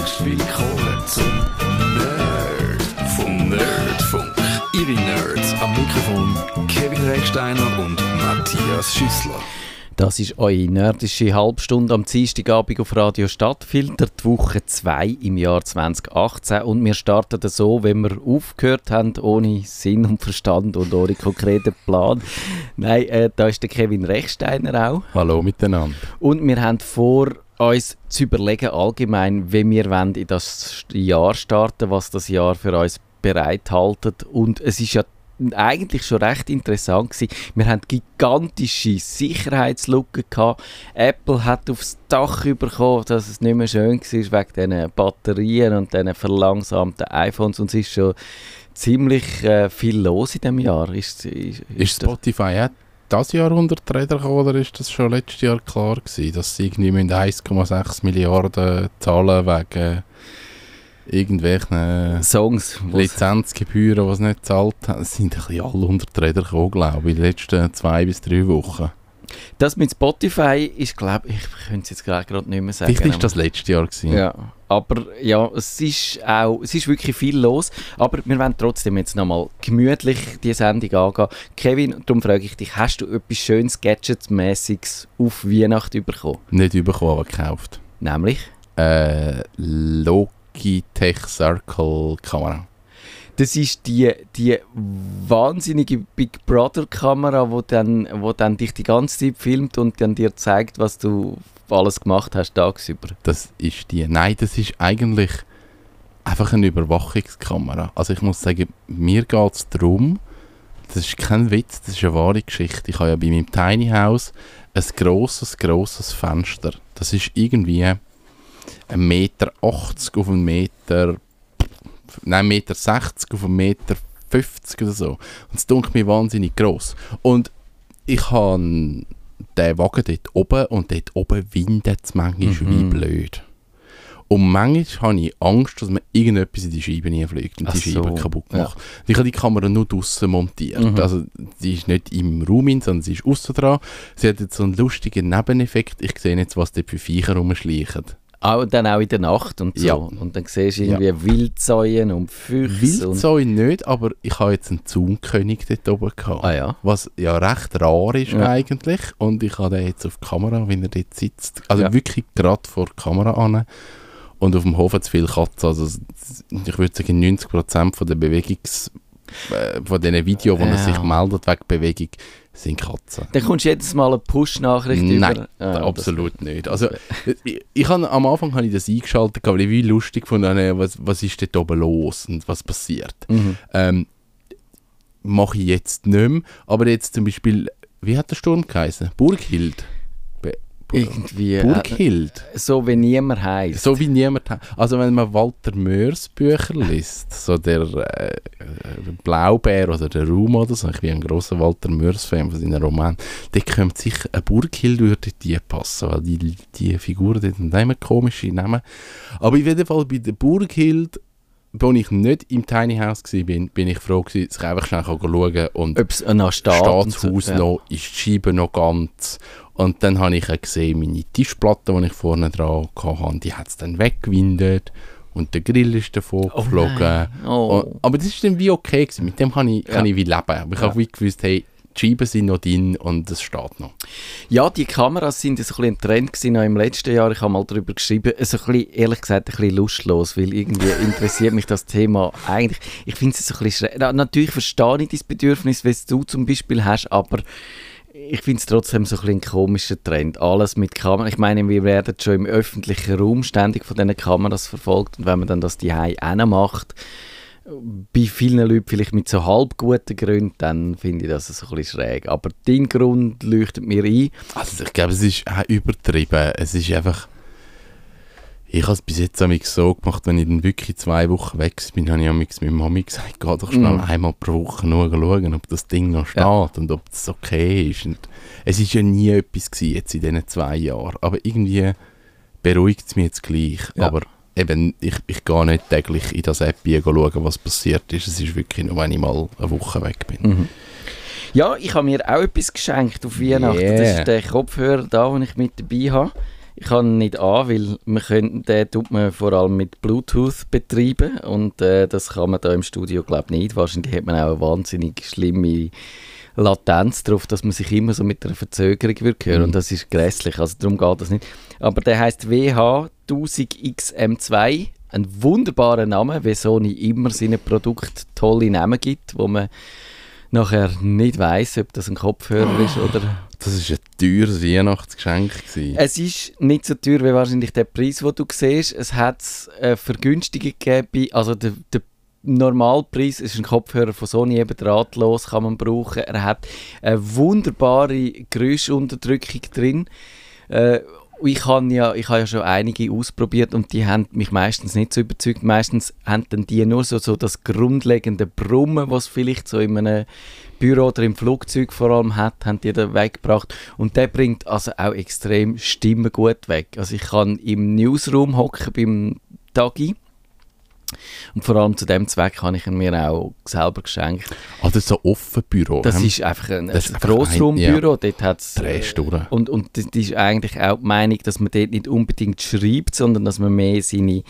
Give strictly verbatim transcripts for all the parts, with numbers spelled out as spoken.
herzlich willkommen zum Nerd vom Nerdfunk. Ihre Nerds am Mikrofon Kevin Recksteiner und Matthias Schüssler. Das ist eure nerdische Halbstunde am Dienstagabend auf Radio Stadtfilter, die Woche zwei im Jahr zwanzig achtzehn. Und wir starten so, wenn wir aufgehört haben, ohne Sinn und Verstand und ohne konkreten Plan. Nein, äh, da ist der Kevin Rechsteiner auch. Hallo miteinander. Und wir haben vor, uns zu überlegen, allgemein, wie wir wollen in das Jahr starten, was das Jahr für uns bereithält. Und es ist ja eigentlich schon recht interessant gewesen. Wir hatten gigantische Sicherheitslücken gehabt. Apple hat aufs Dach bekommen, dass es nicht mehr schön war wegen diesen Batterien und diesen verlangsamten iPhones. Und es ist schon ziemlich äh, viel los in diesem Jahr. Ist, ist, ist, ist Spotify auch dieses Jahr unter die Räder gekommen, oder ist das schon letztes Jahr klar gewesen, dass sie irgendwie eins Komma sechs Milliarden zahlen wegen irgendwelchen Songs, Lizenzgebühren, die sie nicht gezahlt haben? Es sind ein bisschen alle unter die Räder gekommen, glaube ich, in den letzten zwei bis drei Wochen. Das mit Spotify ist, glaube ich, ich könnte es jetzt gerade nicht mehr sagen. Vielleicht war das letztes Jahr gewesen. Ja, aber ja, es ist auch, es ist wirklich viel los, aber wir wollen trotzdem jetzt nochmal gemütlich die Sendung angehen. Kevin, darum frage ich dich, hast du etwas schönes Gadgets-mäßiges auf Weihnachten bekommen? Nicht bekommen, aber gekauft. Nämlich? Äh, Logitech Circle Kamera. Das ist die, die wahnsinnige Big Brother Kamera, die dann, wo dann dich die ganze Zeit filmt und dann dir zeigt, was du alles gemacht hast tagsüber. Das ist die. Nein, das ist eigentlich einfach eine Überwachungskamera. Also ich muss sagen, mir geht es darum, das ist kein Witz, das ist eine wahre Geschichte. Ich habe ja bei meinem Tiny House ein grosses, grosses Fenster. Das ist irgendwie ein Meter achtzig auf einen Meter, nein, Meter sechzig auf einen Meter fünfzig oder so. Und es dunkelt mir wahnsinnig gross. Und ich habe den Wagen dort oben und dort oben windet es manchmal mhm. wie blöd. Und manchmal habe ich Angst, dass mir irgendetwas in die Scheibe hineinfliegt und Ach die Scheibe so. kaputt macht. Ja. Ich habe die Kamera nur draussen montiert. Mhm. Also sie ist nicht im Raum, sondern sie ist aussen dran. Sie hat jetzt so einen lustigen Nebeneffekt. Ich sehe jetzt, was dort für Viecher rumschleichen. Auch, dann auch in der Nacht und so. Ja. Und dann siehst du irgendwie Ja. Wildsäuen und Füchse. Wildsäue nicht, aber ich habe jetzt einen Zaunkönig dort oben gehabt. Ah ja. Was ja recht rar ist Ja. eigentlich. Und ich habe den jetzt auf die Kamera, wenn er dort sitzt. Also Ja. wirklich gerade vor der Kamera an. Und auf dem Hof hat es viele Katzen. Also ich würde sagen, neunzig Prozent von der Bewegungs... Äh, von diesen Videos, wo Ja. er sich meldet wegen Bewegung, sind Katzen. Dann kommst du jedes Mal eine Push-Nachricht Nein, über. Ah, absolut nicht. Also, ich, ich habe, am Anfang habe ich das eingeschaltet, weil ich wie lustig fand, was, was ist dort oben los und was passiert. Mhm. Ähm, mache ich jetzt nicht mehr, aber jetzt zum Beispiel, wie hat der Sturm geheißen? Burghild? Be- Bu- Irgendwie. Äh, Burghild? so wie niemand heisst. So wie niemand hat. Also wenn man Walter Mörs Bücher liest, so der äh, Blaubär oder der Raum oder so, ich bin ein grosser Walter Mörs-Fan von seinen Romanen, da könnte sicher eine Burghild würde die passen, weil die, die Figuren dort haben immer komische Namen. Aber auf jeden Fall bei der Burghild, als ich nicht im Tiny House war, bin, bin ich froh gewesen, dass ich einfach schnell schauen kann und Ob es noch steht. steht und das so, Haus ja. noch, ist die Scheibe noch ganz. Und dann habe ich auch gesehen, meine Tischplatte, die ich vorne dran hatte, die hat es dann weggewindet und der Grill ist davon Oh geflogen. nein. Oh. Und, aber das ist dann wie okay gewesen. Mit dem kann ich, kann Ja. ich wie leben. Aber ich Ja. habe wie gewusst, hey, die Scheiben sind noch drin und es steht noch. Ja, die Kameras sind so ein, ein Trend gewesen, noch im letzten Jahr. Ich habe mal darüber geschrieben. Also ein bisschen, ehrlich gesagt, ein bisschen lustlos, weil irgendwie interessiert mich das Thema eigentlich. Ich finde es so ein bisschen schräg. Na, natürlich verstehe ich dein Bedürfnis, was du zum Beispiel hast, aber ich finde es trotzdem so ein, bisschen ein komischer Trend. Alles mit Kameras. Ich meine, wir werden schon im öffentlichen Raum ständig von diesen Kameras verfolgt und wenn man dann das daheim auch macht, bei vielen Leuten vielleicht mit so halb guten Gründen, dann finde ich das so ein bisschen schräg. Aber dein Grund leuchtet mir ein. Also ich glaube, es ist auch übertrieben. Es ist einfach... Ich habe es bis jetzt so gemacht, wenn ich dann wirklich zwei Wochen weg bin, habe ich auch mit meiner Mami gesagt, geh doch schnell Mm. einmal pro Woche nur schauen, ob das Ding noch steht Ja. und ob das okay ist. Und es war ja nie etwas gewesen, jetzt in diesen zwei Jahren. Aber irgendwie beruhigt es mich jetzt gleich. Ja. Aber eben, ich, ich gehe nicht täglich in das App schauen, was passiert ist. Es ist wirklich nur, wenn ich mal eine Woche weg bin. Mhm. Ja, ich habe mir auch etwas geschenkt auf Weihnachten. Yeah. Das ist der Kopfhörer da, den ich mit dabei habe. Ich kann ihn nicht an, weil man können, den tut man vor allem mit Bluetooth betreiben und äh, das kann man da im Studio glaube ich nicht. Wahrscheinlich hat man auch eine wahnsinnig schlimme Latenz drauf, dass man sich immer so mit einer Verzögerung wird hören, mhm. und das ist grässlich, also darum geht das nicht. Aber der heisst W H tausend X M zwei, ein wunderbarer Name, wie Sony immer seinen Produkten tolle Namen gibt, wo man nachher nicht weiss, ob das ein Kopfhörer oh, ist oder... Das war ein teures Weihnachtsgeschenk gewesen. Es ist nicht so teuer wie wahrscheinlich der Preis, den du siehst. Es hat eine Vergünstigung gegeben, also der, der Normalpreis ist ein Kopfhörer von Sony, eben drahtlos kann man brauchen. Er hat eine wunderbare Geräuschunterdrückung drin. Äh, Ich habe ja, ich habe ja schon einige ausprobiert und die haben mich meistens nicht so überzeugt. Meistens haben dann die nur so, so das grundlegende Brummen, was vielleicht so in einem Büro oder im Flugzeug vor allem hat, haben die da weggebracht. Und der bringt also auch extrem Stimmen gut weg. Also ich kann im Newsroom hocken beim Tagi. Und vor allem zu dem Zweck habe ich ihn mir auch selber geschenkt. Ah, das ist so ein offenes Büro? Das ähm? ist einfach ein, das ein Grossraumbüro. Ja. Dort hat's, Drehst du, oder? Und, und das ist eigentlich auch die Meinung, dass man dort nicht unbedingt schreibt, sondern dass man mehr seine,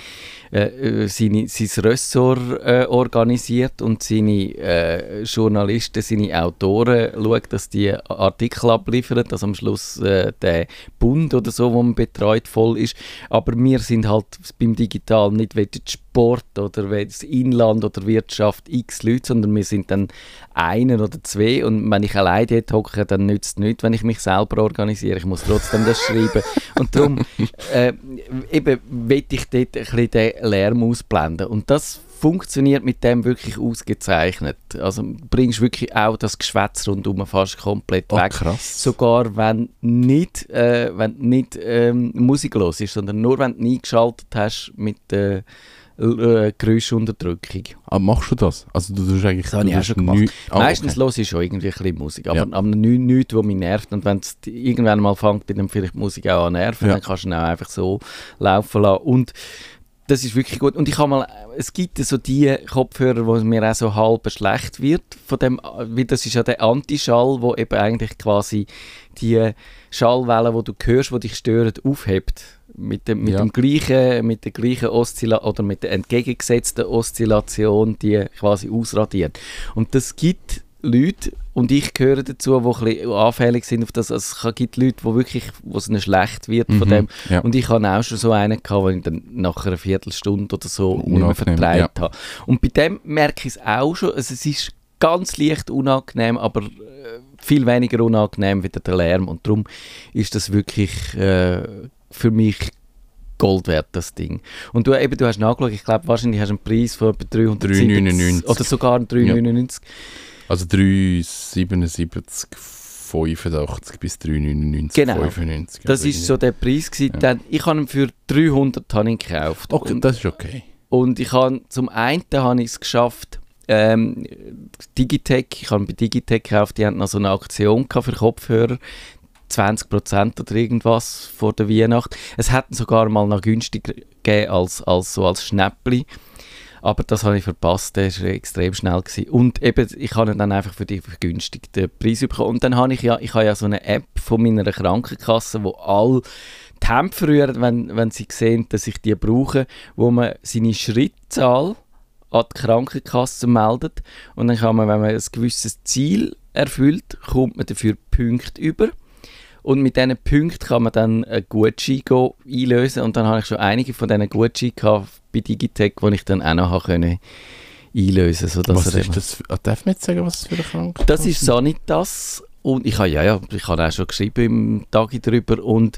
äh, seine, sein Ressort äh, organisiert und seine äh, Journalisten, seine Autoren schaut, dass die Artikel abliefern, dass am Schluss äh, der Bund oder so, wo man betreut, voll ist. Aber wir sind halt beim Digital nicht weder Sport oder das Inland oder Wirtschaft x Leute, sondern wir sind dann einen oder zwei und wenn ich allein dort hocke, dann nützt es nichts, wenn ich mich selber organisiere. Ich muss trotzdem das schreiben. Und darum äh, eben will ich dort ein bisschen den Lärm ausblenden. Und das funktioniert mit dem wirklich ausgezeichnet. Also bringst wirklich auch das Geschwätz rundum fast komplett oh, weg. Krass. Sogar wenn nicht, äh, wenn nicht ähm, musiklos ist, sondern nur wenn du eingeschaltet hast mit der äh, Äh, Geräuschunterdrückung. Ah, machst du das? Also du tust eigentlich... Das habe ich auch schon gemacht. Nü- ah, Meistens okay. höre ich schon irgendwie ein bisschen Musik, aber, Ja. aber nichts, nichts, was mich nervt. Und wenn es irgendwann mal fängt, dann vielleicht die Musik auch an nerven, Ja. dann kannst du ihn auch einfach so laufen lassen. Und das ist wirklich gut. Und ich habe mal, es gibt so die Kopfhörer, wo mir auch so halb schlecht wird. Von dem, weil das ist ja der Antischall, wo eben eigentlich quasi die Schallwellen, die du hörst, die dich stören, aufhebt. Mit dem, mit Ja. dem gleichen, mit der gleichen Oszillation oder mit der entgegengesetzten Oszillation, die quasi ausradiert. Und das gibt Leute, und ich gehöre dazu, die ein bisschen anfällig sind auf das. Also es gibt Leute, die wirklich, wo es ihnen schlecht wird von Mhm, dem. ja. Und ich hatte auch schon so einen gehabt, den ich dann nach einer Viertelstunde oder so nicht mehr Unangenehm, vertreibt habe. Und bei dem merke ich es auch schon. Also es ist ganz leicht unangenehm, aber äh, viel weniger unangenehm wie der Lärm. Und darum ist das wirklich äh, für mich Gold wert, das Ding. Und du, eben, du hast nachgeschaut, ich glaube, wahrscheinlich hast du einen Preis von etwa dreihundertsiebzig drei neunundneunzig oder sogar drei neunundneunzig. Also drei siebenundsiebzig fünfundachtzig bis drei neunundneunzig Genau. fünfundneunzig. Das also war so der Preis gewesen. Ja. Dann, ich habe ihn für dreihundert habe ich gekauft. Okay, und, das ist okay. und ich habe, zum einen habe ich es geschafft, ähm, Digitec, ich habe bei Digitec gekauft, die hatten noch so eine Aktion gehabt für Kopfhörer, zwanzig Prozent oder irgendwas vor der Weihnacht. Es hätten sogar mal noch günstiger gegeben als, als so als Schnäppli. Aber das habe ich verpasst, der war extrem schnell gewesen. Und eben, ich habe ihn dann einfach für die vergünstigten Preise bekommen. Und dann habe ich ja, ich habe ja so eine App von meiner Krankenkasse, wo all die Hände verrühren, wenn, wenn sie sehen, dass ich die brauche, wo man seine Schrittzahl an die Krankenkasse meldet. Und dann kann man, wenn man ein gewisses Ziel erfüllt, kommt man dafür Punkte über. Und mit diesen Punkten kann man dann einen Gutschein einlösen. Und dann habe ich schon einige von diesen Gutscheinen gehabt bei Digitec, die ich dann auch noch können einlösen konnte. Was ist das? Für, darf man jetzt sagen, was das für eine Krankheit ist? Das ist Sanitas. Und ich habe, ja, ja, ich habe auch schon geschrieben im Tag darüber. Und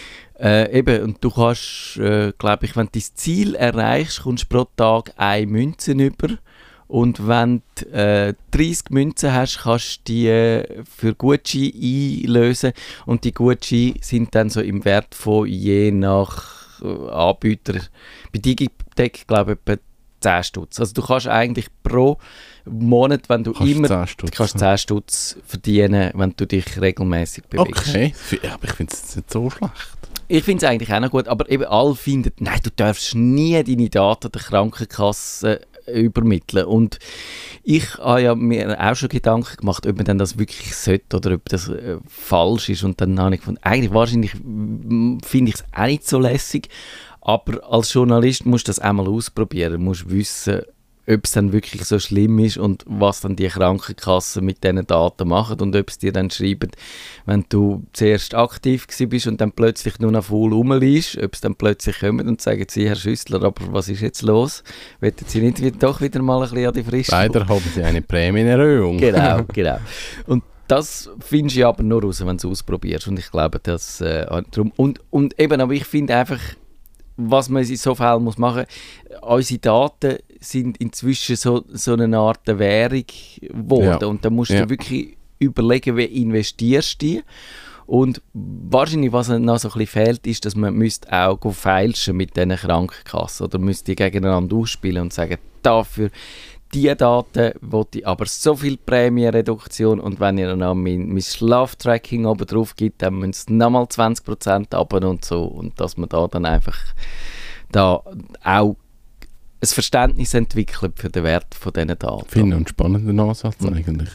äh, eben, und du kannst, äh, glaube ich, wenn du dein Ziel erreichst, kommst du pro Tag eine Münze über. Und wenn du äh, dreissig Münzen hast, kannst du die äh, für Gutscheine einlösen. Und die Gutscheine sind dann so im Wert von je nach äh, Anbieter. Bei Digitec, glaube ich, etwa zehn Stutz. Also du kannst eigentlich pro Monat, wenn du Kannst immer... zehn Stutz. Du kannst zehn Stutz verdienen, wenn du dich regelmäßig bewegst. Okay, ja, aber ich finde es nicht so schlecht. Ich finde es eigentlich auch noch gut, aber eben alle finden, nein, du darfst nie deine Daten der Krankenkasse übermitteln. Und ich habe ja mir auch schon Gedanken gemacht, ob man dann das wirklich sollte oder ob das äh, falsch ist. Und dann habe ich gefunden, eigentlich wahrscheinlich finde ich es auch nicht so lässig, aber als Journalist musst du das einmal ausprobieren, du musst wissen, ob es dann wirklich so schlimm ist und was dann die Krankenkassen mit diesen Daten machen und ob es dir dann schreiben, wenn du zuerst aktiv gewesen bist und dann plötzlich nur noch voll rumliegst, ob es dann plötzlich kommen und sagen, Sie, Herr Schüssler, aber was ist jetzt los? Wollen Sie nicht wieder, doch wieder mal ein bisschen an die Frische? Leider haben Sie eine Prämienerhöhung. Genau, genau. Und das findest du aber nur raus, wenn du es ausprobierst. Und ich glaube, dass äh, darum. Und, und eben, aber ich finde einfach, was man in so Fällen muss machen muss, unsere Daten sind inzwischen so, so eine Art Währung geworden. Ja. Und da musst du ja. wirklich überlegen, wie investierst du die. Und wahrscheinlich, was noch so ein bisschen fehlt, ist, dass man müsste auch feilschen mit diesen Krankenkassen oder müsste die gegeneinander ausspielen und sagen, dafür diese Daten wollte ich aber so viel Prämienreduktion und wenn ihr noch mein, mein Schlaftracking oben drauf gibt, dann müsst ihr nochmal zwanzig Prozent runter und so. Und dass man da dann einfach da auch ein Verständnis entwickelt für den Wert von diesen Daten. Finde ich einen spannenden Ansatz mhm. eigentlich.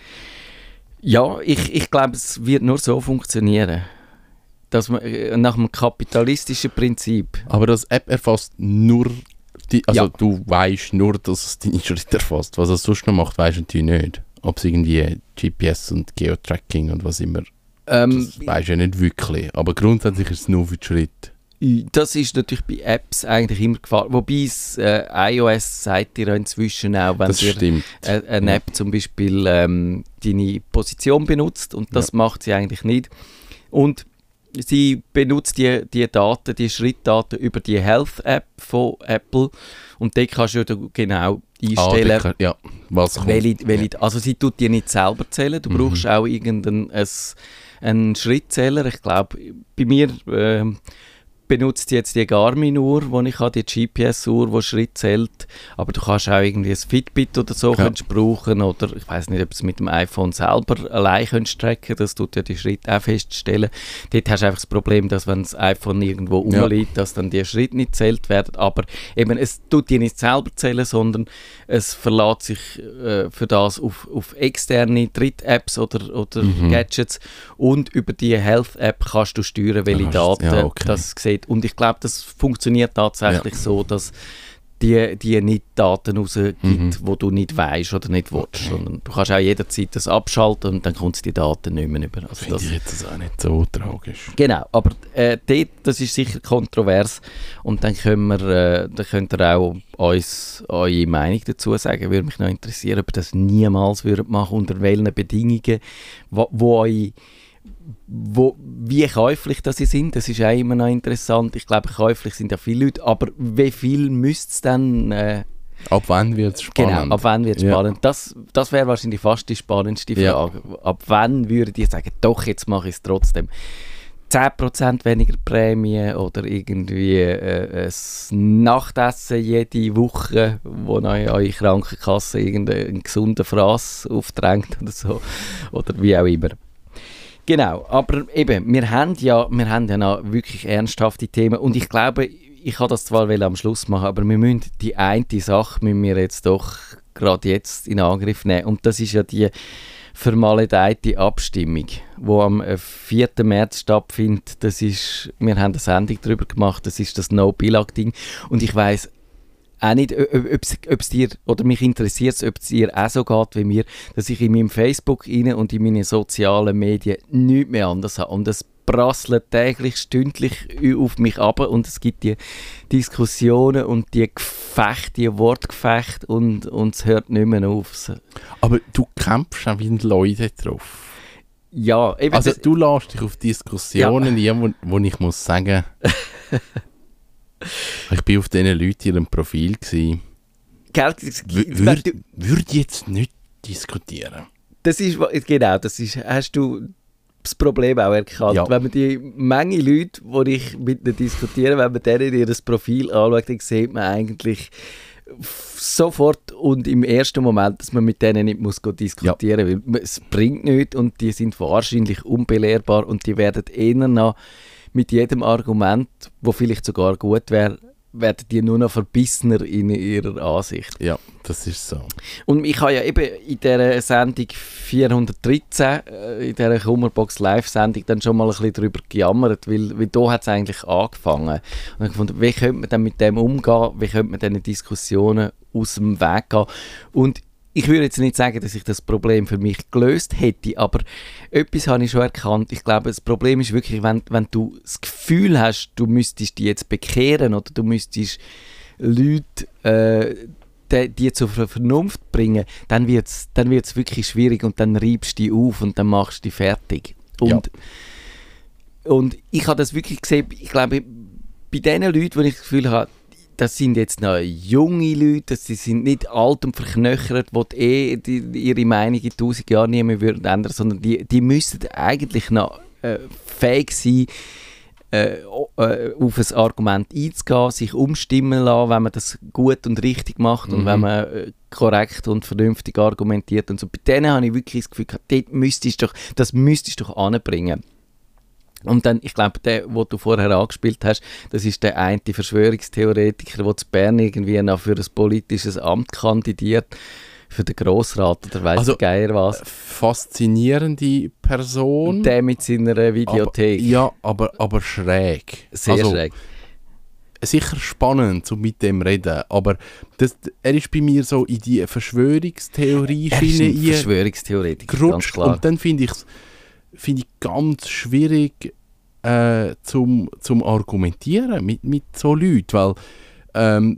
Ja, ich, ich glaube, es wird nur so funktionieren. Dass man, nach einem kapitalistischen Prinzip. Aber das App erfasst nur Die, also ja. du weißt nur, dass es deine Schritte erfasst. Was es sonst noch macht, weißt du natürlich nicht. Ob es irgendwie G P S und Geotracking und was immer, ähm, das weißt du ja nicht wirklich. Aber grundsätzlich ist es nur für die Schritte. Das ist natürlich bei Apps eigentlich immer gefallen. Wobei es äh, iOS sagt dir inzwischen auch, wenn dir äh, eine App ja. zum Beispiel ähm, deine Position benutzt und das ja. macht sie eigentlich nicht. Und sie benutzt die, die Daten, die Schrittdaten über die Health-App von Apple und dort kannst du ja genau einstellen, ah, kann, ja, was welche, welche, also sie tut die nicht selber zählen, du mhm. brauchst auch irgendeinen ein, einen Schrittzähler. Ich glaube, bei mir äh, benutzt jetzt die Garmin-Uhr, wo ich habe, die G P S-Uhr, die Schritt zählt, aber du kannst auch irgendwie ein Fitbit oder so ja. brauchen oder ich weiß nicht, ob es mit dem iPhone selber allein könntest tracken, das tut ja die Schritte auch feststellen. Dort hast du einfach das Problem, dass wenn das iPhone irgendwo rumliegt, ja. dass dann die Schritte nicht zählt werden, aber eben, es tut die nicht selber zählen, sondern es verlässt sich äh, für das auf, auf externe Dritt-Apps oder, oder mhm. Gadgets und über die Health-App kannst du steuern, welche Daten ja, okay. das sieht. Und ich glaube, das funktioniert tatsächlich ja. so, dass die, die nicht Daten rausgibt, mhm. die du nicht weißt oder nicht willst. Okay. Sondern du kannst auch jederzeit das abschalten und dann kommst du die Daten nicht mehr über. Also finde ich jetzt auch nicht so tragisch. Genau, aber äh, dort, das ist sicher kontrovers und dann können wir, äh, dann könnt ihr auch uns eure Meinung dazu sagen. Würde mich noch interessieren, ob ihr das niemals würdet machen, unter welchen Bedingungen, wo, wo euch Wo, wie käuflich das sie sind, das ist auch immer noch interessant. Ich glaube, käuflich sind ja viele Leute, aber wie viel müsste es dann... Äh, ab wann wird es spannend? Genau, ab wann wird es ja. spannend. Das, das wäre wahrscheinlich fast die spannendste Frage. Ja. Ab wann würdet ihr sagen, doch, jetzt mache ich es trotzdem. zehn Prozent weniger Prämie oder irgendwie äh, ein Nachtessen jede Woche, wo euch eure Krankenkasse irgendeinen gesunden Fraß aufdrängt oder so. Oder wie auch immer. Genau, aber eben, wir haben ja, wir haben ja noch wirklich ernsthafte Themen und ich glaube, ich kann das zwar am Schluss machen, aber wir müssen die eine Sache müssen wir jetzt doch gerade jetzt in Angriff nehmen und das ist ja die vermaledeite Abstimmung, die am vierten März stattfindet. Das ist, wir haben eine Sendung darüber gemacht, das ist das No-Billag-Ding und ich weiss auch nicht, ob es dir, oder mich interessiert es, ob es dir auch so geht wie mir, dass ich in meinem Facebook rein und in meinen sozialen Medien nichts mehr anders habe. Und es prasselt täglich, stündlich auf mich ab und es gibt die Diskussionen und die Gefechte, die Wortgefechte und, und es hört nicht mehr auf. Aber du kämpfst auch wie Leute drauf. Ja, eben. Also du lässt dich auf Diskussionen ja. ein, wo, wo ich muss sagen... Ich war auf diesen Leuten in ihrem Profil. Gell, Würde würd jetzt nicht diskutieren. Das ist, genau, das ist, hast du das Problem auch erkannt. Ja. Wenn man die Menge Leute, die ich mit ihnen diskutiere, wenn man denen ihr Profil anschaut, dann sieht man eigentlich sofort und im ersten Moment, dass man mit denen nicht muss diskutieren muss. Ja. Weil es bringt nichts und die sind wahrscheinlich unbelehrbar und die werden eher noch mit jedem Argument, das vielleicht sogar gut wäre, werden die nur noch verbissener in ihrer Ansicht. Ja, das ist so. Und ich habe ja eben in dieser Sendung vierhundertdreizehn, äh, in dieser Kummerbox Live-Sendung, dann schon mal ein bisschen darüber gejammert, weil, weil da hat es eigentlich angefangen. Und ich gefunden, wie könnte man dann mit dem umgehen, wie könnte man diesen Diskussionen aus dem Weg gehen. Und ich würde jetzt nicht sagen, dass ich das Problem für mich gelöst hätte, aber etwas habe ich schon erkannt. Ich glaube, das Problem ist wirklich, wenn, wenn du das Gefühl hast, du müsstest die jetzt bekehren oder du müsstest Leute äh, die, die zur Vernunft bringen, dann wird es dann wird's wirklich schwierig und dann reibst du die auf und dann machst du die fertig. Und, ja. und ich habe das wirklich gesehen, ich glaube, bei den Leuten, wo ich das Gefühl habe, das sind jetzt noch junge Leute, das sind nicht alt und verknöchert, die eh die, ihre Meinung in tausend Jahren nie mehr würden ändern, sondern die, die müssten eigentlich noch äh, fähig sein, äh, äh, auf ein Argument einzugehen, sich umstimmen lassen, wenn man das gut und richtig macht mhm. und wenn man äh, korrekt und vernünftig argumentiert und so. Bei denen habe ich wirklich das Gefühl gehabt, dort müsstest du doch, das müsstest du doch anbringen. Und dann, ich glaube, der, den du vorher angespielt hast, das ist der eine Verschwörungstheoretiker, der zu Bern irgendwie noch für ein politisches Amt kandidiert, für den Grossrat oder weiss also, der Geier was. Faszinierende Person. Der mit seiner Videothek. Aber, ja, aber, aber schräg. Sehr also, schräg. Sicher spannend, so mit dem reden, aber das, er ist bei mir so in die Verschwörungstheorie-Schiene Er ist ein Verschwörungstheoretiker, ganz klar. Und dann finde ich es finde ich ganz schwierig äh, zum, zum Argumentieren mit, mit so Leuten, weil ähm,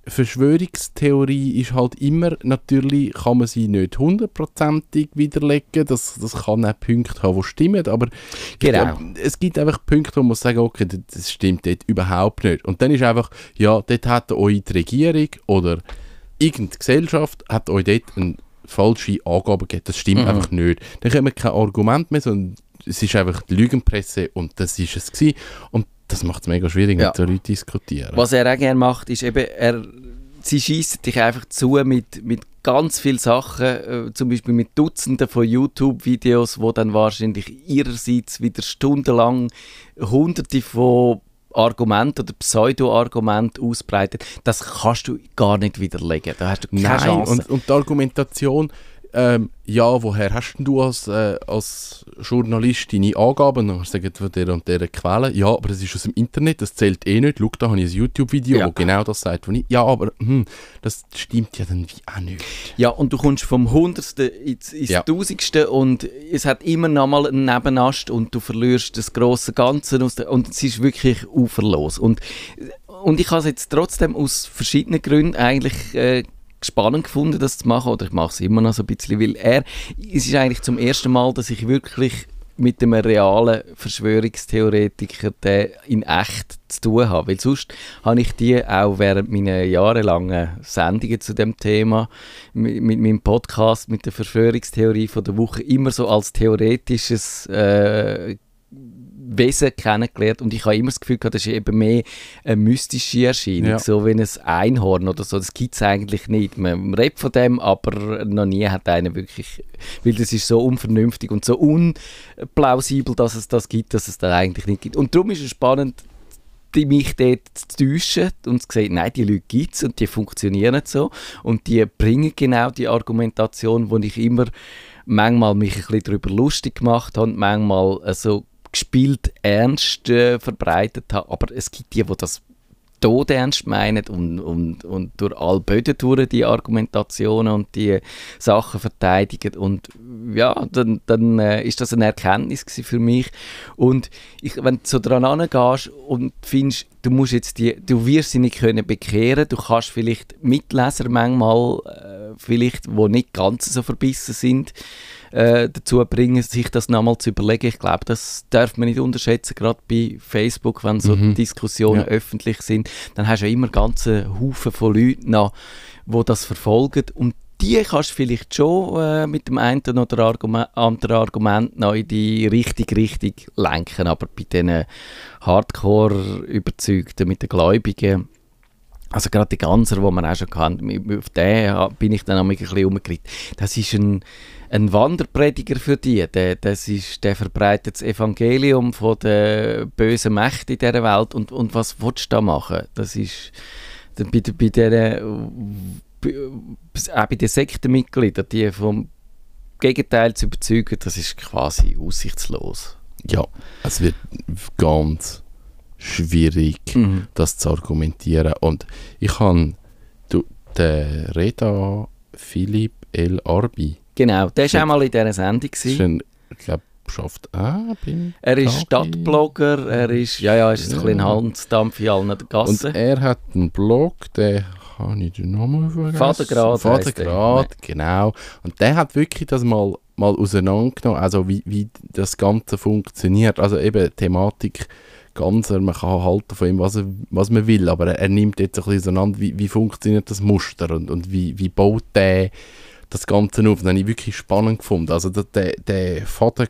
Verschwörungstheorie ist halt immer, natürlich kann man sie nicht hundertprozentig widerlegen, das, das kann auch Punkte haben, die stimmen, aber genau. glaub, es gibt einfach Punkte, wo man sagen, okay, das stimmt dort überhaupt nicht. Und dann ist einfach, ja, dort hat euch die Regierung oder irgendeine Gesellschaft hat euch dort eine falsche Angaben gegeben, das stimmt mhm. einfach nicht. Dann haben wir kein Argument mehr, sondern es ist einfach die Lügenpresse und das ist es gewesen. Und das macht es mega schwierig, ja. mit so Leuten zu diskutieren. Was er auch gerne macht, ist eben, er, sie schiessen dich einfach zu mit, mit ganz vielen Sachen, äh, zum Beispiel mit Dutzenden von YouTube-Videos, wo dann wahrscheinlich ihrerseits wieder stundenlang hunderte von Argumente oder Pseudo-Argumente ausbreitet. Das kannst du gar nicht widerlegen. Da hast du keine Nein, Chance. Und, und die Argumentation, ähm, ja, woher hast denn du als, äh, als Journalist deine Angaben? Dann sagst du von der und der Quelle. Ja, aber das ist aus dem Internet, das zählt eh nicht. Schau, da habe ich ein YouTube-Video, ja. wo genau das sagt. Wo ich, ja, aber hm, das stimmt ja dann wie auch nicht. Ja, und du kommst vom Hundertsten ins, ins ja. Tausendste und es hat immer noch mal einen Nebenast und du verlierst das grosse Ganze aus der, und es ist wirklich uferlos. Und, und ich habe es jetzt trotzdem aus verschiedenen Gründen eigentlich äh, spannend gefunden, das zu machen, oder ich mache es immer noch so ein bisschen, weil er, es ist eigentlich zum ersten Mal, dass ich wirklich mit einem realen Verschwörungstheoretiker den in echt zu tun habe, weil sonst habe ich die auch während meiner jahrelangen Sendungen zu dem Thema, mit, mit meinem Podcast, mit der Verschwörungstheorie von der Woche, immer so als theoretisches äh, Wesen kennengelernt und ich habe immer das Gefühl gehabt, das ist eben mehr eine mystische Erscheinung, ja. so wie ein Einhorn oder so, das gibt es eigentlich nicht. Man redet von dem, aber noch nie hat einer wirklich, weil das ist so unvernünftig und so unplausibel, dass es das gibt, dass es das eigentlich nicht gibt. Und darum ist es spannend, die mich dort zu täuschen und zu sehen, nein, die Leute gibt es und die funktionieren so und die bringen genau die Argumentation, wo ich immer manchmal mich ein bisschen darüber lustig gemacht habe, manchmal so also gespielt ernst äh, verbreitet habe, aber es gibt die, die das todernst meinen und, und, und durch alle Böden durch die Argumentationen und die Sachen verteidigen und ja, dann, dann äh, ist das eine Erkenntnis für mich und ich, wenn du so dran angehst und findest, du musst jetzt die, du wirst sie nicht können bekehren, du kannst vielleicht Mitleser manchmal äh, vielleicht, die nicht ganz so verbissen sind, Äh, dazu bringen, sich das nochmal zu überlegen. Ich glaube, das darf man nicht unterschätzen, gerade bei Facebook, wenn so mhm. Diskussionen ja. öffentlich sind, dann hast du ja immer ganze Haufen von Leuten noch, die das verfolgen und die kannst du vielleicht schon äh, mit dem einen oder Argument, anderen Argument noch in die richtige Richtung lenken, aber bei diesen Hardcore-Überzeugten, mit den Gläubigen, Also gerade die Ganser, die man auch schon kannte, auf den bin ich dann auch ein bisschen umgeritten. Das ist ein, ein Wanderprediger für die. Der, das ist, der verbreitet das Evangelium von den bösen Mächten in dieser Welt. Und, und was willst du da machen? Das ist bei, bei, der, bei, auch bei den Sektenmitgliedern, die vom Gegenteil zu überzeugen, das ist quasi aussichtslos. Ja, es wird ganz schwierig, mhm. das zu argumentieren. Und ich habe den Reda Philipp El Arbi. Genau, der war auch mal in dieser Sendung. Ich glaube, schafft ah, beim Er ist Stadtblogger, er ist, ja, ja, ist ja. ein bisschen Handdampf in allen Gassen. Und er hat einen Blog, den habe ich den Namen vergessen. Vatergrad. Vatergrad, genau. Und der hat wirklich das mal, mal auseinandergenommen, also wie, wie das Ganze funktioniert. Also eben Thematik Ganzer, man kann halten von ihm, was, er, was man will, aber er, er nimmt jetzt ein bisschen auseinander, wie, wie funktioniert das Muster und, und wie, wie baut der das Ganze auf. Das habe ich wirklich spannend gefunden. Also der, der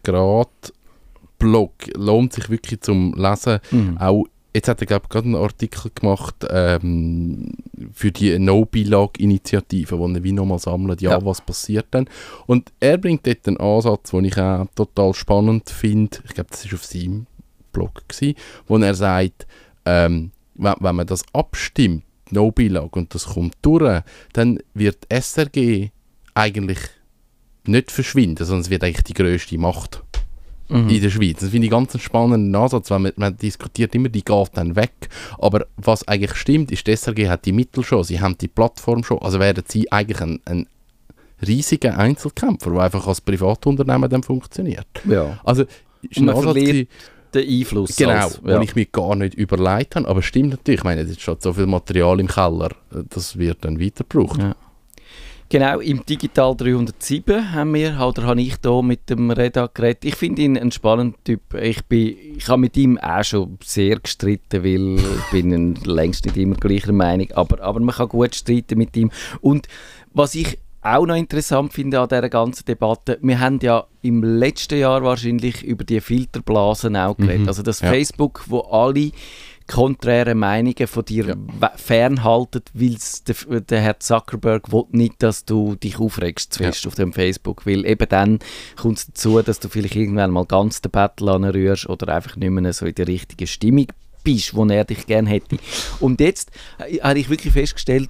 Vatergrad-Blog lohnt sich wirklich zum Lesen. Mhm. Auch, jetzt hat er, glaube ich, gerade einen Artikel gemacht ähm, für die No-Beilage-Initiative, wo er wie nochmal sammelt, ja, ja, was passiert denn. Und er bringt dort einen Ansatz, den ich auch total spannend finde. Ich glaube, das war auf seinem Blog gewesen, wo er sagt, ähm, wenn, wenn man das abstimmt, No-Beilage, und das kommt durch, dann wird S R G eigentlich nicht verschwinden, sondern es wird eigentlich die grösste Macht mhm. in der Schweiz. Das finde ich ganz einen spannenden Ansatz, weil man, man diskutiert immer, die geht dann weg, aber was eigentlich stimmt, ist, die S R G hat die Mittel schon, sie haben die Plattform schon, also werden sie eigentlich ein, ein riesiger Einzelkämpfer, der einfach als Privatunternehmen dann funktioniert. Ja. Also ist ein Ansatz, den Einfluss. Genau, als, ja. den ich mir gar nicht überlegt habe. Aber stimmt natürlich, ich meine, es steht so viel Material im Keller, das wird dann weiter gebraucht. Ja. Genau, im Digital dreihundertsieben haben wir, oder habe ich hier mit dem Reda geredet. Ich finde ihn ein spannender Typ. Ich, bin, ich habe mit ihm auch schon sehr gestritten, weil ich bin längst nicht immer gleicher Meinung, aber, aber man kann gut streiten mit ihm. Und was ich auch noch interessant finde an dieser ganzen Debatte, wir haben ja im letzten Jahr wahrscheinlich über die Filterblasen auch geredet. Mhm, also das ja. Facebook, wo alle konträre Meinungen von dir ja. fernhalten, weil der, der Herr Zuckerberg will nicht, dass du dich aufregst zu fest ja. auf dem Facebook, weil eben dann kommt es dazu, dass du vielleicht irgendwann mal ganz den Battle anrührst oder einfach nicht mehr so in der richtigen Stimmung bist, wo er dich gerne hätte. Und jetzt habe ich wirklich festgestellt,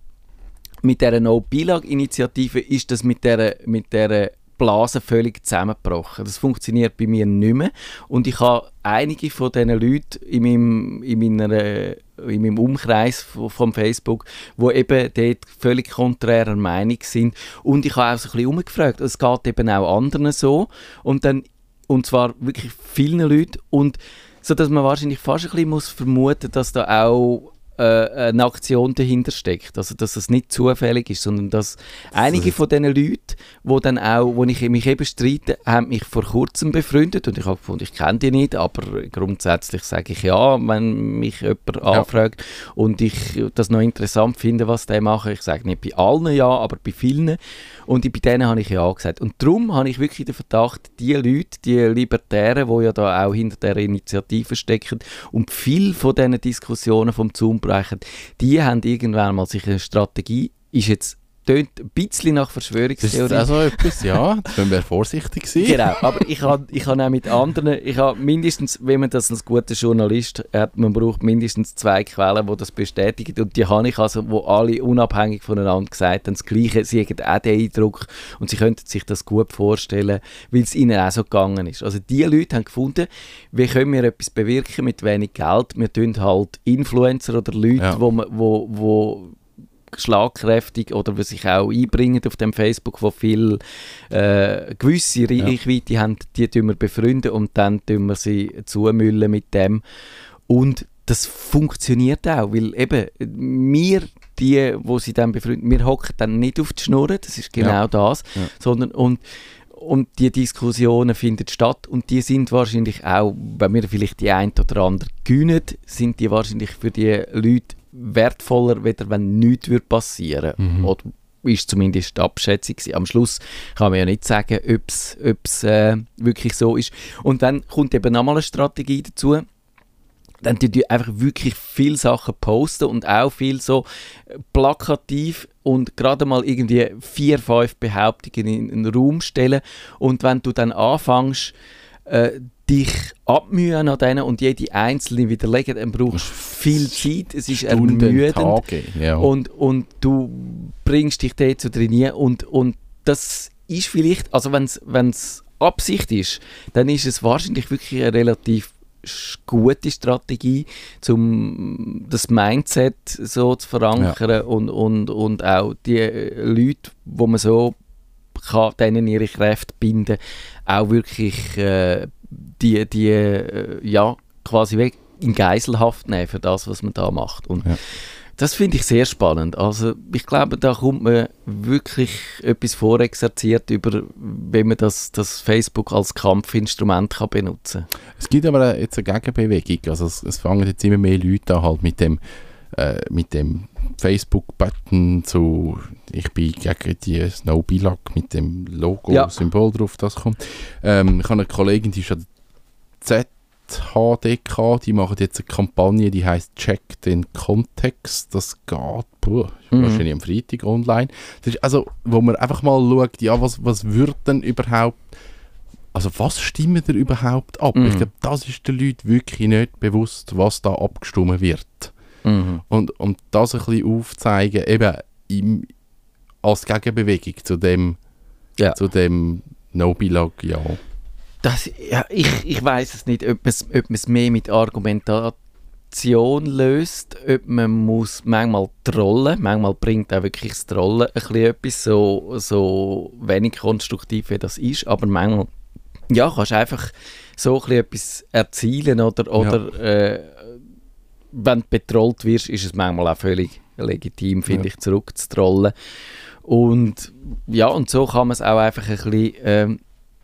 mit dieser No-Beilage-Initiative ist das mit dieser, mit dieser Blase völlig zusammengebrochen. Das funktioniert bei mir nicht mehr. Und ich habe einige von diesen Leuten in meinem, in meiner, in meinem Umkreis von Facebook, die eben dort völlig konträrer Meinung sind. Und ich habe auch so ein bisschen umgefragt. Es geht eben auch anderen so. Und, dann, und zwar wirklich vielen Leuten. Und so, dass man wahrscheinlich fast ein bisschen muss vermuten, dass da auch eine Aktion dahinter steckt. Also, dass es nicht zufällig ist, sondern dass einige von diesen Leuten, die dann auch, wo ich mich eben streite, haben mich vor kurzem befreundet und ich habe gefunden, ich kenne die nicht, aber grundsätzlich sage ich ja, wenn mich jemand anfragt ja. und ich das noch interessant finde, was die machen. Ich sage nicht bei allen ja, aber bei vielen. Und bei denen habe ich ja gesagt. Und darum habe ich wirklich den Verdacht, die Leute, die Libertären, die ja da auch hinter dieser Initiative stecken und viel von diesen Diskussionen vom Zoom brechen, die haben irgendwann mal sich eine Strategie, ist jetzt tönt ein bisschen nach Verschwörungstheorie. Das ist also etwas, ja, da müssen wir vorsichtig sein. Genau, aber ich habe ich hab auch mit anderen, ich habe mindestens, wenn man das als guter Journalist hat, man braucht mindestens zwei Quellen, die das bestätigen und die habe ich also, wo alle unabhängig voneinander gesagt haben, das Gleiche, sie haben auch den Eindruck und sie könnten sich das gut vorstellen, weil es ihnen auch so gegangen ist. Also die Leute haben gefunden, wie können wir etwas bewirken mit wenig Geld, wir tun halt Influencer oder Leute, ja. wo, wo, wo schlagkräftig oder die sich auch einbringen auf dem Facebook, wo viel äh, gewisse Reichweite ja. haben, die tun wir befreunden und dann tun wir sie zumüllen mit dem. Und das funktioniert auch, weil eben wir, die, wo sie dann befreunden, wir hocken dann nicht auf die Schnurren, das ist genau ja. das, ja. sondern und Und die Diskussionen finden statt und die sind wahrscheinlich auch, wenn wir vielleicht die ein oder andere gewinnen, sind die wahrscheinlich für die Leute wertvoller, weder wenn nichts passieren würde. Mhm. Oder ist zumindest die Abschätzung gewesen. Am Schluss kann man ja nicht sagen, ob es äh, wirklich so ist. Und dann kommt eben nochmal eine Strategie dazu. dann die die einfach wirklich viele Sachen posten und auch viel so plakativ und gerade mal irgendwie vier, fünf Behauptungen in einen Raum stellen. Und wenn du dann anfängst, äh, dich abmühen an denen und jede einzelne widerlegen, dann brauchst du viel Zeit, es ist Stunden, ermüdend Tage, ja. und, und du bringst dich dort zu trainieren und, und das ist vielleicht, also wenn es Absicht ist, dann ist es wahrscheinlich wirklich eine relativ gute Strategie, um das Mindset so zu verankern, ja. und, und, und auch die Leute, wo man so kann, denen ihre Kräfte binden, auch wirklich äh, die, die äh, ja, quasi weg in Geiselhaft nehmen für das, was man da macht. Und ja. das finde ich sehr spannend. Also ich glaube, da kommt man wirklich etwas vorexerziert über, wie man das, das Facebook als Kampfinstrument kann benutzen kann. Es gibt aber jetzt eine Gegenbewegung. Also es, es fangen jetzt immer mehr Leute an, halt mit dem, äh, mit dem Facebook-Button zu «Ich bin gegen die Snowbillag» mit dem Logo-Symbol ja. drauf, das kommt. Ähm, ich habe eine Kollegin, die ist an der Z H D K, die machen jetzt eine Kampagne, die heisst «Check den Kontext». Das geht, puh, mhm. wahrscheinlich am Freitag online. Das ist also, wo man einfach mal schaut, ja, was, was wird denn überhaupt, also was stimmt denn überhaupt ab? Mhm. Ich glaube, das ist den Leuten wirklich nicht bewusst, was da abgestimmt wird. Mhm. Und, und das ein bisschen aufzeigen, eben im, als Gegenbewegung zu dem, ja. zu dem No-Billag, ja. Das, ja, ich, ich weiss es nicht, ob man es mehr mit Argumentation löst, ob man muss manchmal trollen, manchmal bringt auch wirklich das Trollen ein bisschen etwas, so, so wenig konstruktiv wie das ist, aber manchmal ja, kannst du einfach so ein bisschen etwas erzielen oder, oder ja. äh, wenn du betrollt wirst, ist es manchmal auch völlig legitim, finde ja. ich, zurückzutrollen. Und ja, und so kann man es auch einfach ein bisschen ähm,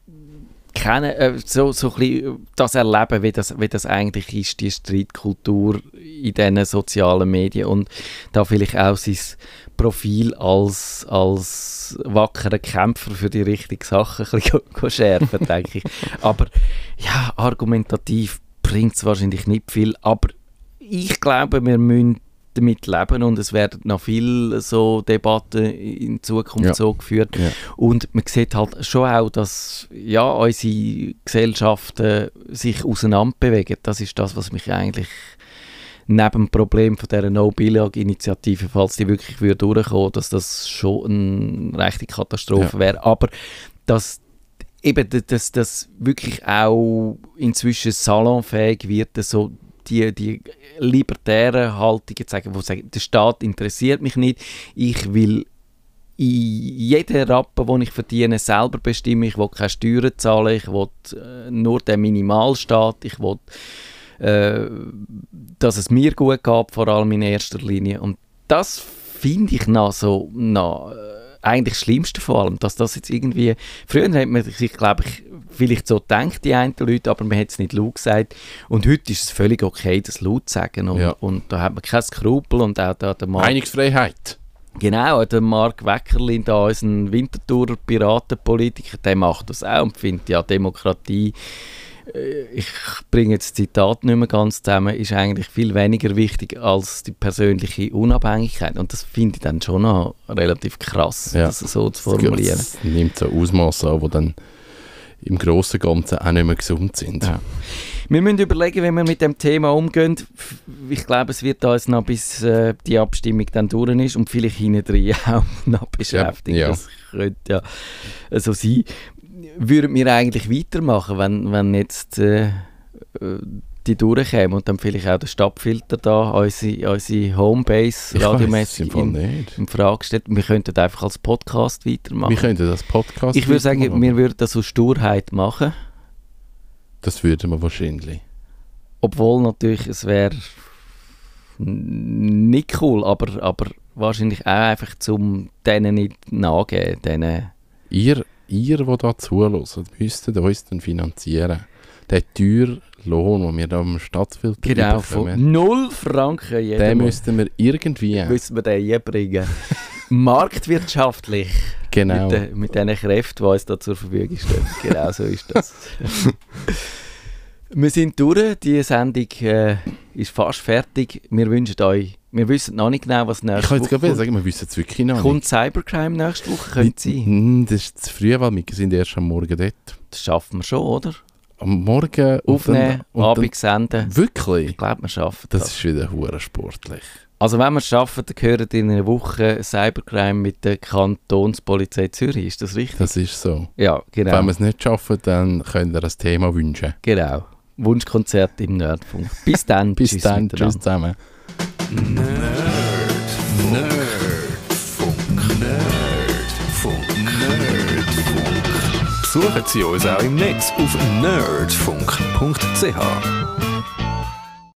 kennen, äh, so, so ein bisschen das erleben, wie das, wie das eigentlich ist, die Streitkultur in diesen sozialen Medien und da vielleicht auch sein Profil als, als wackerer Kämpfer für die richtigen Sachen ein bisschen schärfen, denke ich. Aber ja, argumentativ bringt es wahrscheinlich nicht viel, aber ich glaube, wir müssen damit leben und es werden noch viele so Debatten in Zukunft ja. so geführt. Ja. Und man sieht halt schon auch, dass ja, unsere Gesellschaften sich auseinanderbewegen. Das ist das, was mich eigentlich neben dem Problem von dieser No-Billag-Initiative, falls die wirklich würde durchkommen, dass das schon eine rechte Katastrophe ja. wäre. Aber dass eben dass das wirklich auch inzwischen salonfähig wird, so die, die libertären Haltungen sagen, die sagen, der Staat interessiert mich nicht, ich will in jeden Rappen, den ich verdiene, selber bestimmen, ich will keine Steuern zahlen, ich will äh, nur den Minimalstaat, ich will, äh, dass es mir gut geht, vor allem in erster Linie. Und das finde ich noch so, noch, äh, eigentlich das Schlimmste vor allem, dass das jetzt irgendwie, früher hat man sich, glaube ich, vielleicht so gedacht, die einen Leute, aber man hat es nicht laut gesagt. Und heute ist es völlig okay, das laut zu sagen. Und, ja. und da hat man keine Skrupel. Und auch da der Mark, Meinungsfreiheit. Genau, der Mark Weckerlin, da unser Winterthurer Piratenpolitiker, der macht das auch und findet, ja, Demokratie, äh, ich bringe jetzt das Zitat nicht mehr ganz zusammen, ist eigentlich viel weniger wichtig als die persönliche Unabhängigkeit. Und das finde ich dann schon noch relativ krass, ja. das so zu formulieren. Das nimmt so Ausmaße an, die dann im Grossen und Ganzen auch nicht mehr gesund sind. Ja. Wir müssen überlegen, wie wir mit dem Thema umgehen. Ich glaube, es wird uns noch bis äh, die Abstimmung dann durch ist und vielleicht hinten drin auch noch beschäftigt. Ja, ja. Das könnte ja so sein. Würden wir eigentlich weitermachen, wenn, wenn jetzt äh, die durchkämen und dann vielleicht auch der Stadtfilter da, unsere, unsere Homebase radiomäßig in, in Frage stellt? Wir könnten einfach als Podcast weitermachen. Wir könnten das Podcast Ich würde sagen, wir würden das aus Sturheit machen. Das würden wir wahrscheinlich. Obwohl natürlich, es wäre nicht cool, aber, aber wahrscheinlich auch einfach zum denen nicht nachgeben. Denen ihr, ihr, die da zuhört, müsstet uns dann finanzieren. Der teure Lohn, den wir da am Stadtfilter genau, von null Franken jeden Den müssten wir irgendwie... Müssen wir den einbringen. Marktwirtschaftlich. Genau. Mit, de, mit den Kräften, die uns da zur Verfügung stehen. Genau so ist das. Wir sind durch, die Sendung äh, ist fast fertig. Wir wünschen euch, wir wissen noch nicht genau, was nächste Ich kann jetzt Woche gerade sagen, wir wissen es wirklich noch kommt. nicht. Cybercrime nächste Woche, könnte es sein. Mm, Das ist zu früh, weil wir sind erst am Morgen dort. Das schaffen wir schon, oder? Am Morgen und Aufnehmen, dann- und Abend senden. dann- Wirklich? Ich glaube, wir schaffen Das das. ist wieder hure sportlich. Also wenn wir es schaffen, dann gehört in einer Woche Cybercrime mit der Kantonspolizei Zürich. Ist das richtig? Das ist so. Ja, genau. Wenn wir es nicht schaffen, dann könnt ihr das Thema wünschen. Genau. Wunschkonzert im Nerdfunk. Bis dann. Bis Tschüss dann, miteinander. tschüss zusammen. Nerdfunk, Nerdfunk, Nerdfunk. Besuchen Sie uns auch im Netz auf nerdfunk punkt c h.